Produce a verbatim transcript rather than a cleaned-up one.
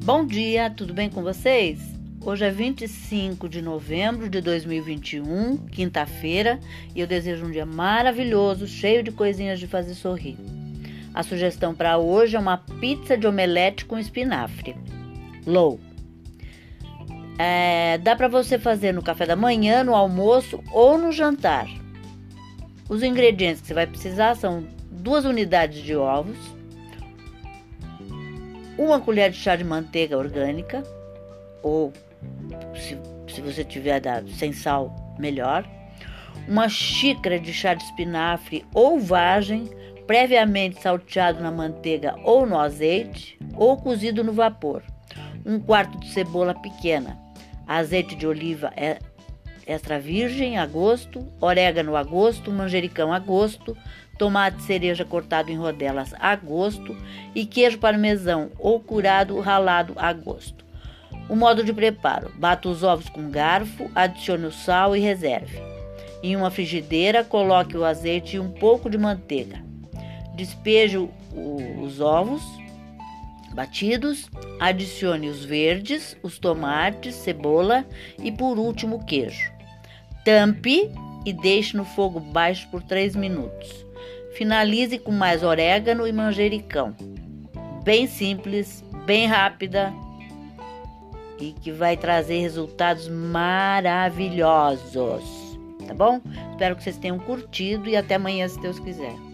Bom dia, tudo bem com vocês? Hoje é vinte e cinco de novembro de dois mil e vinte e um, quinta-feira, e eu desejo um dia maravilhoso, cheio de coisinhas de fazer sorrir. A sugestão para hoje é uma pizza de omelete com espinafre. Low. É, dá para você fazer no café da manhã, no almoço ou no jantar. Os ingredientes que você vai precisar são duas unidades de ovos, uma colher de chá de manteiga orgânica, ou se, se você tiver dado sem sal, melhor, uma xícara de chá de espinafre ou vagem, previamente salteado na manteiga ou no azeite, ou cozido no vapor, um quarto de cebola pequena, azeite de oliva extra virgem a gosto, orégano a gosto, manjericão a gosto, tomate cereja cortado em rodelas a gosto e queijo parmesão ou curado ralado a gosto. O modo de preparo: bata os ovos com garfo, adicione o sal e reserve. Em uma frigideira, coloque o azeite e um pouco de manteiga. Despeje os ovos batidos, adicione os verdes, os tomates, cebola e por último o queijo. Tampe e deixe no fogo baixo por três minutos. Finalize com mais orégano e manjericão. Bem simples, bem rápida e que vai trazer resultados maravilhosos, tá bom? Espero que vocês tenham curtido e até amanhã, se Deus quiser.